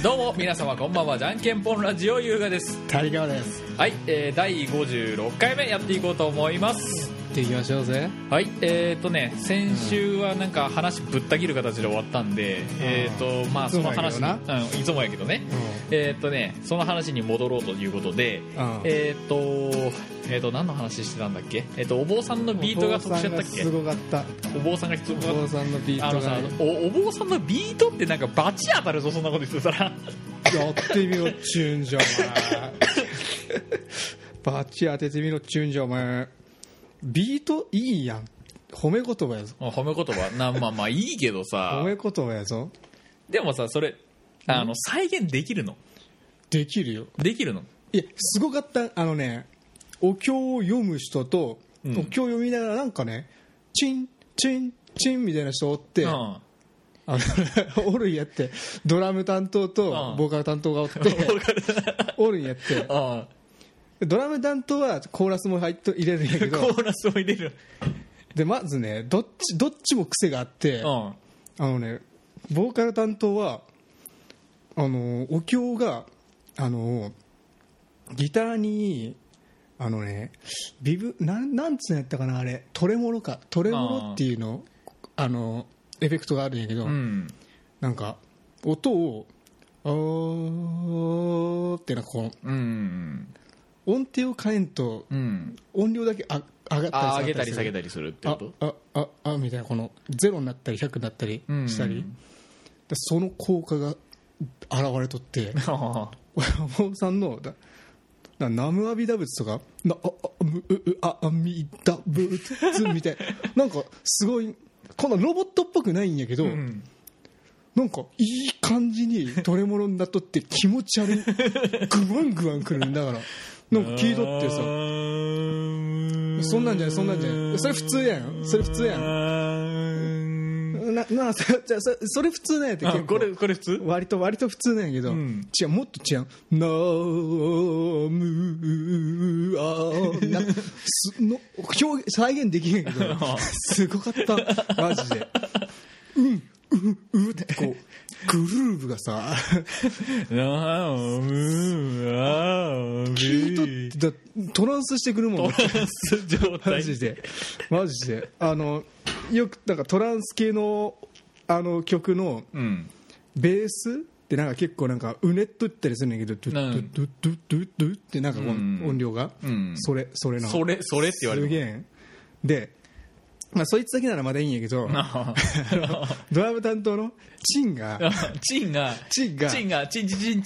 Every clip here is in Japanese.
どうも皆様こんばんは。じゃんけんぽんラジオ優雅です。 谷川です。 はい、第56回目やっていこうと思います。 でいきましょうぜ。 はい、先週はなんか話ぶった切る形で終わったんで、まあその話に、いつもやけどね、その話に戻ろうということで、何の話してたんだっけ。お坊さんのビートが得しちゃったっけ。 すごかった。 お坊さんがすごかった。 お坊さんのビートが、ね、 お坊さんのビートってなんかバチ当たるぞ、そんなこと言ってたら。 やってみろっちゅうんじゃお前。バチ当ててみろっちゅうんじゃお前。ビートいいやん。褒め言葉やぞ。 褒め言葉まあいいけどさ。 褒め言葉やぞ。 でもさ、それ再現できるの？ できるよ。 できるの？ いや、すごかった。お経を読む人と、お経を読みながらなんかね、チンチンチンみたいな人おって、おるんやって、ドラム担当とボーカル担当がおって、おるんやって。ドラム担当はコーラスも入れるんやけど、 コーラスも入れる。 でまずね、どっちも癖があって、ボーカル担当はお経がギターになんつうんやったかな、あれトレモロっていうのエフェクトがあるんやけど、なんか音をってなんかこう、音程を変えんと、音量だけ上げたり下げたりするってこと。 みたいな、この0になったり100になったりしたり、その効果が現れとってお坊さんのナムアビダ仏とかアミダ仏みたいな、なんかすごいこのロボットっぽくないんやけど、なんかいい感じにトレモロになっとって気持ち悪いグワングワンくるんだから、なんか聞いとってさ、そんなんじゃないそれ普通やん。それ普通なんやって、結構これ普通、 割と普通なんやけど、違う、もっと違う、ナムア表現再現できへんけどすごかったマジで。ってこうグルーブがさ聞いとってトランスしてくるもん。 トランス状態。 マジでよくなんかトランス系の曲のベースってなんか結構なんかうねっとったりするんだけど、ドゥッドゥッドゥッドゥッドゥッドゥッってなんかこの音量がそれのそれって言われる。 すげえで、まあそいつだけならまだいいんやけど、ドラム担当のチンがチンチンチンみたいな、チンチン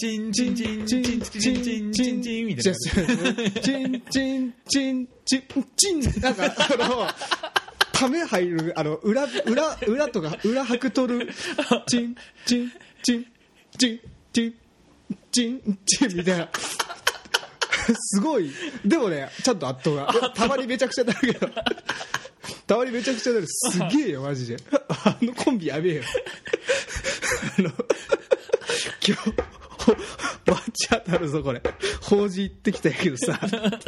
なんかため入る裏とか裏拍くとるチンチンチンチンチンチンチンみたいなすごい。でもね、ちゃんとアットがたまにめちゃくちゃなるけどすげえよマジで。コンビやべえよ。今日バチ当たるぞこれ。法事行ってきたんやけどさ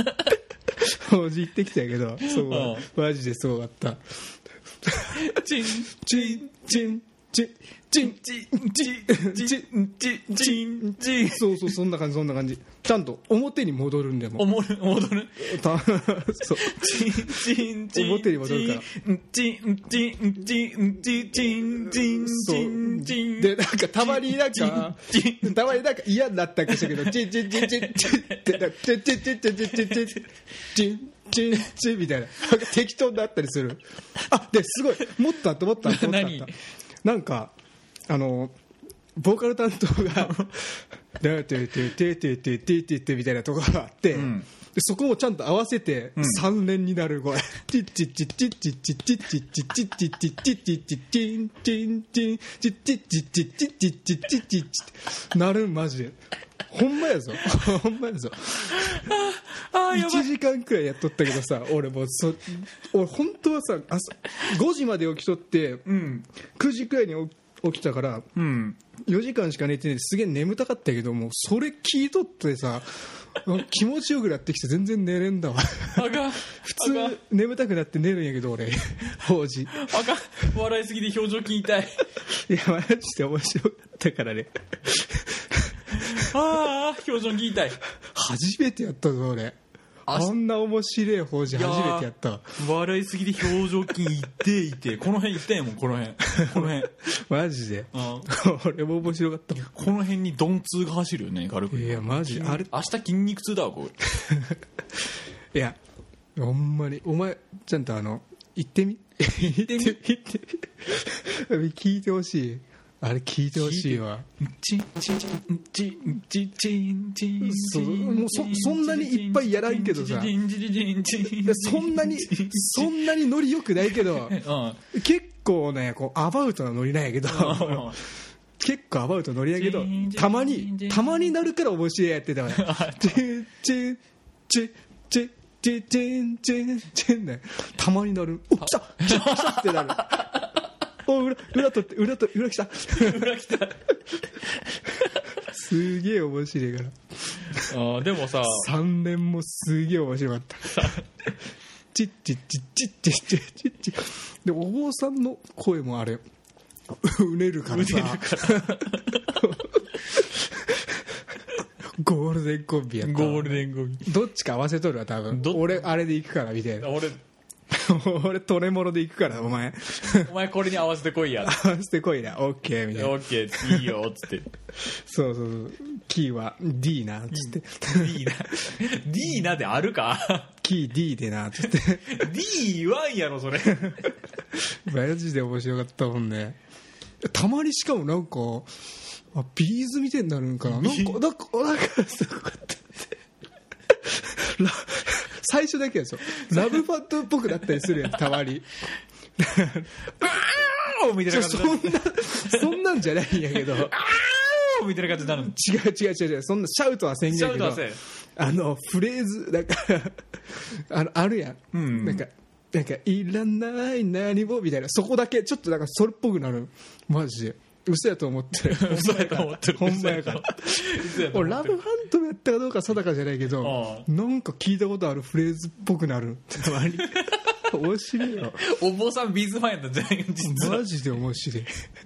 そうマジですごかった。チンチンチンチンチンチンチンチンチンチン、そうそんな感じ。ちゃんと表に戻るんでも戻るそうチン表に戻るからチンチンチンチンチンチンチンチンで、なんかたまになんか嫌になったりしたけど、チンチンチンチンチンってチンチンチンチンチンチンチンチンチンチンみたいな適当になったりする。ですごいもっとあった何なんかボーカル担当がでててててててててみたいなところがあって、そこをちゃんと合わせて3連になるこれ。チッチッチッチッチッチッチッチッチッチッチッチッチッチッチッチンチンチンチッチッチッチッチッチッチッチッチッチなるマジで。ほんまやぞ。1時間くらいやっとったけどさ、俺本当はさ5時まで起きとって、9時くらいに起きたから、4時間しか寝てね、すげえ眠たかったけども、それ聞いとってさ気持ちよくなってきて全然寝れんだわ。普通眠たくなって寝るんやけど俺法事笑いすぎて表情筋痛い。 いやマジで面白かったからねああ表情聞いたい。 初めてやったぞ俺。あんな面白い法事初めてやった。 笑いすぎで表情筋いってこの辺いったんやもん。この辺マジで、俺も面白かったもん。 この辺に鈍痛が走るよね軽く。 いやマジあれ明日筋肉痛だわこれ。 いやほんまにお前ちゃんと行ってみ聞いてほしい。あれ聞いてほしいわ。 チンチンチンチンチンチン。 もうそんなにいっぱいやらんけどさ、そんなにノリよくないけど、結構ねこうアバウトなノリなんやけど結構アバウトノリやけど、たまになるから面白いやってたからチンチンチンチンチンチンチンチンね、たまになる。お来たってなる。裏取って裏来たすげえ面白いから。 でもさ 3年もすげえ面白かったチッチッチッチッチッチッチッチッでお坊さんの声もあれうねるからさゴールデンコンビやった。 ゴールデンコンビどっちか合わせとるわ多分。俺あれで行くからみたいな。俺トレモロで行くからお前これに合わせてこいや。 合わせてこいな、オッケーみたいな。 オッケーいいよっつってそうキーは D なっつって D なであるかキー D でなっつって D 言わんやろそれマジで面白かったもんね。たまにしかもなんかビーズみたいになるんかな、なんかすごかった最初だけやつよ。ラブパッドっぽくなったりするやんたまにみたいな感じそんなんじゃないんやけどみたいな感じになる。 違うそんなシャウトはせんやけど、フレーズなんかあるやん、なんかいらない何もみたいな、そこだけちょっとなんかそれっぽくなる。マジで嘘やと思ってるほんまやから俺ラブハントムやったかどうか定かじゃないけど、なんか聞いたことあるフレーズっぽくなる面白いよ。 お坊さんビーズファンやったんじゃないマジで面白い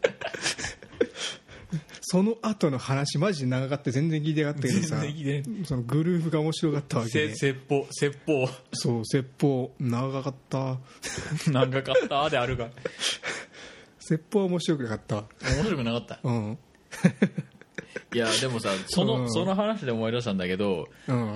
その後の話マジで長かった全然聞いてなかったけどさ、そのグループが面白かったわけで、 説法そう説法長かったであるが説法は面白くなかった。 面白くなかったいやでもさその話で思い出したんだけど、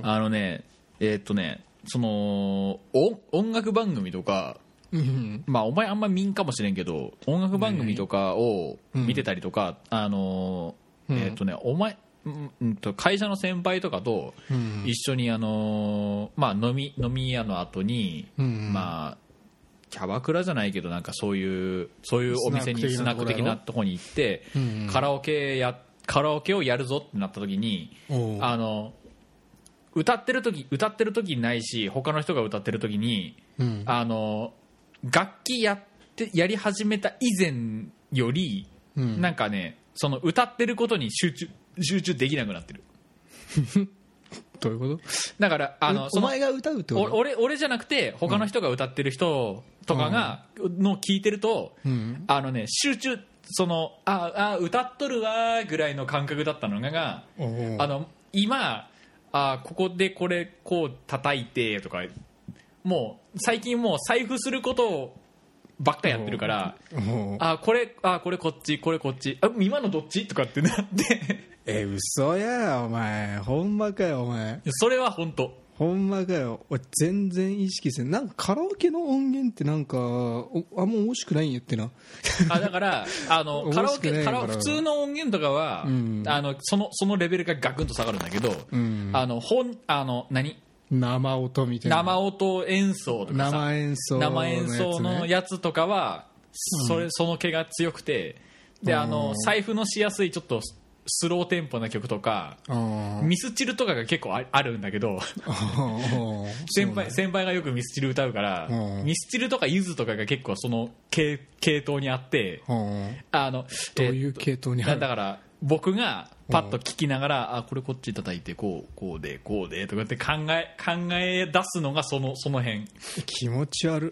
その音楽番組とか、まあお前あんま見んかもしれんけど音楽番組とかを見てたりとか、お前会社の先輩とかと一緒にまあ飲み屋の後に、まあキャバクラじゃないけどなんかそういうお店にスナック的なとこに行って、カラオケをやるぞってなった時に歌ってる時ないし他の人が歌ってる時に、楽器やり始めた以前より、なんかねその歌ってることに集中できなくなってるどういうこと？ だからお前が歌うってこと？ 俺じゃなくて他の人が歌ってる人とかがの聞いてると、集中歌っとるわぐらいの感覚だったのが今ここでこれこう叩いてとか、もう最近もう財布することばっかやってるから、これこっちこれこっち今のどっちとかってなって嘘やお前ほんまかよお前。 それは本当ほんまかよ。俺全然意識せん。なんかカラオケの音源ってなんかあんま欲しくないんやってなだからカラオケ普通の音源とかは、そのレベルがガクンと下がるんだけど、 生音みたいな生音演奏とかさ生演奏のやつとかはその毛が強くて、で財布のしやすいちょっとスローテンポな曲とかミスチルとかが結構あるんだけど先輩がよくミスチル歌うからミスチルとかユズとかが結構その系統にあってどういう系統にある？ だから僕がパッと聞きながらこれこっち叩いてこうでとかって考え出すのがその辺。 気持ち悪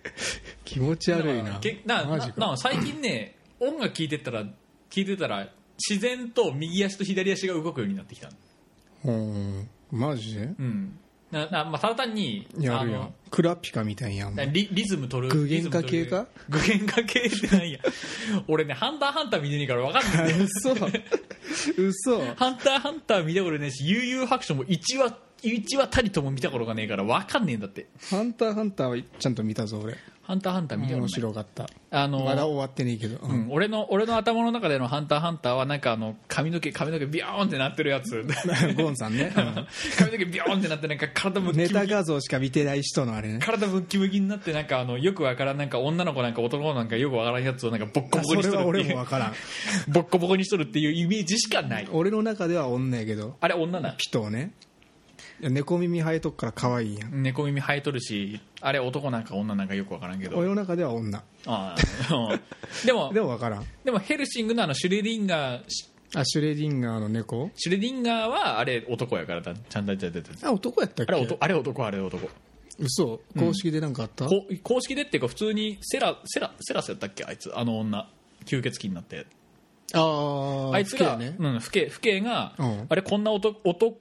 気持ち悪いな。 最近ね音楽聴いてたら自然と右足と左足が動くようになってきたの。マジで？ うんまあ、ただ単にやるやん。クラピカみたいやん。 リズム取る。 具現化系か？ 具現化系ってなんや。俺ね、ハンターハンター見てねえから分かんないんだよ。 嘘。 ハンターハンター見たことねえし、悠々白書も1話たりとも見たことがねえから分かんねえんだって。 ハンターハンターはちゃんと見たぞ俺。 ハンターハンター見たことない。 面白かった。まだ終わってねえけど、 俺の頭の中でのハンターハンターはなんか髪の毛ビヨーンってなってるやつ。 ゴンさんね、 髪の毛ビヨーンってなってなんか体ムッキムキ、 ネタ画像しか見てない人のあれね。 体ムッキムキになってなんかよくわからんなんか女の子なんか男の子なんかよくわからんやつをなんかボッコボコにしとるっていう。 それは俺もわからん。 ボッコボコにしとるっていうイメージしかない。 俺の中では女やけど。 あれ女な。 ピトーね。猫耳生えとくから可愛いやん。 猫耳生えとるし、あれ男なんか女なんかよくわからんけど。 俺の中では女。でも分からん。 でもヘルシングのシュレディンガー、 シュレディンガーの猫。 シュレディンガーはあれ男やからちゃんとやってた。 男やったっけ？ あれ男。 嘘。公式でなんかあった？ 公式でっていうか普通にセラスやったっけ、あいつ女吸血鬼になって。あいつがフケが、あれこんな男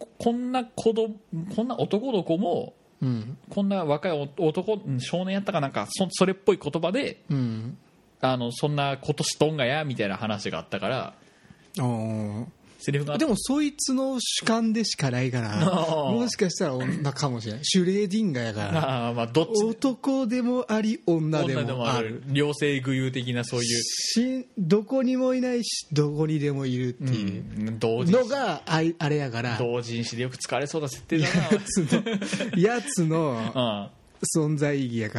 の子も、こんな若い少年やったかなんかそれっぽい言葉で、そんなことしとんがやみたいな話があったから、セリフが。 でもそいつの主観でしかないからもしかしたら女かもしれない。シュレーディンガーやからまあどっち男でもあり女でもある両性具有的なそういうどこにもいないしどこにでもいるっていうのがあれやから、 同人誌でよく使われそうな設定だな。 やつの存在意義やから、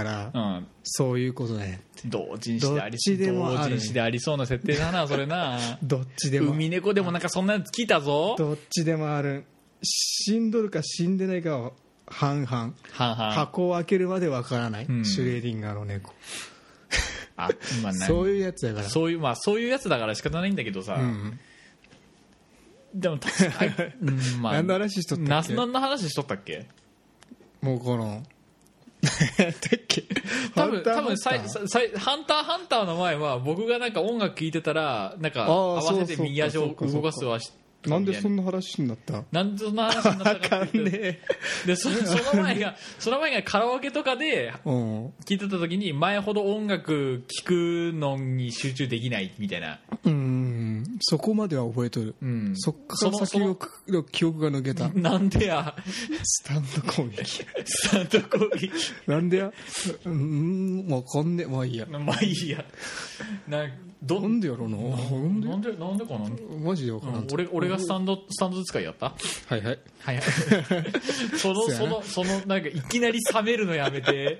そういうことね。 同人誌でありそうな設定だなそれな。 どっちでも。 海猫でもなんかそんなやつ聞いたぞ。 どっちでもある。死んどるか死んでないかは半々。箱を開けるまでわからない、シュレーディンガーの猫。そういうやつやから。 そういうやつだから仕方ないんだけどさ、でも確かに何の話しとったっけ？ 何の話しとったっけ？ もうこの多分ハンターハンターの前は僕がなんか音楽聴いてたらなんか合わせて右足を動かすわ。 なんでそんな話になった？ なんでそんな話になったかってでその前がカラオケとかで聴いてた時に前ほど音楽聴くのに集中できないみたいな。 そこまでは覚えとる。そっから先の記憶が抜けた。 なんでや。 スタンド攻撃なんでや。わかんねえ。まあいいや。なんでやろうな。 なんでかな。 マジでわからん。 俺がスタンド使いやった。 はいそのなんかいきなり冷めるのやめて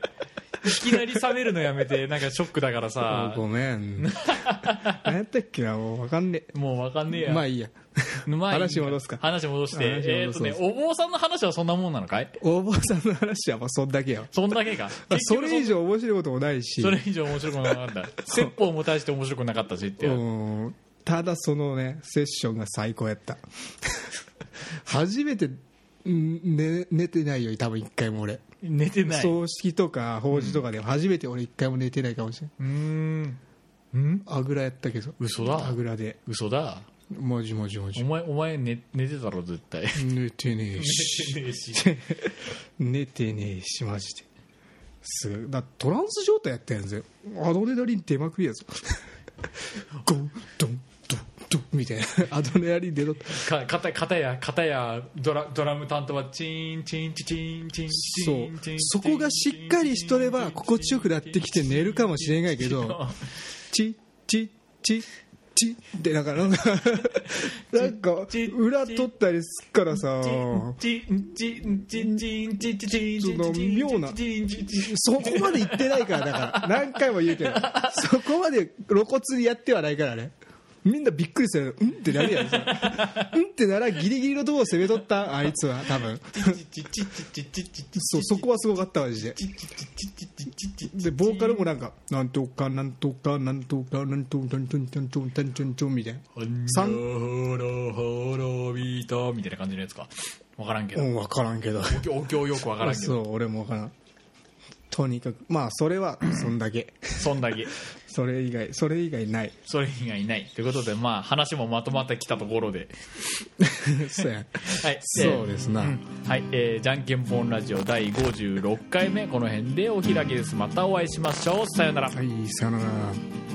なんかショックだからさ。 ごめん。何やったっけな。もうわかんねえや。まあいいや。話戻すか。 話戻して。お坊さんの話はそんなもんなのかい？ お坊さんの話はまあそんだけよ。 そんだけか。 それ以上面白いこともないし。 それ以上面白くなかった。説法も大して面白くなかったしって。 ただそのねセッションが最高やった。初めて寝てないよ多分一回も俺。 寝てない。 葬式とか法事とかで初めて俺一回も寝てないかもしれない。あぐらやったけど。 嘘だ。 あぐらで。 嘘だ。 マジ。 お前寝てたろ絶対。 寝てねえしマジで。だトランス状態やったやんぜ。アドレナリン出まくりやぞ。ゴンドンドンドンみたいなアドレナリン出とった。 片やドラム担当はチーンチーンチーンチーンチーンチーン。 そこがしっかりしとれば心地よくなってきて寝るかもしれないけど、チチチチってなんか裏取ったりすっからさ、妙なそこまで言ってないから。だから何回も言うけどそこまで露骨にやってはないからね。みんなびっくりする。ってなるやん。ってならギリギリのところを攻め取ったあいつは多分。そこはすごかったマジで。でボーカルもなんかなんとかなんとかなんとかなんとかなんとかなんとかなんとかみたいな。 ほろびたみたいな感じのやつか。わからんけど。 わからんけど。 お経よくわからんけど。 そう俺もわからん。とにかくまあそれはそんだけ。 そんだけそれ以外ないそれ以外ないということで、まあ話もまとまってきたところでそうや、 はい、 そうですな、 はい、じゃんけんぽんラジオ第56回目この辺でお開きです。またお会いしましょう。さよなら。 はい、さよなら。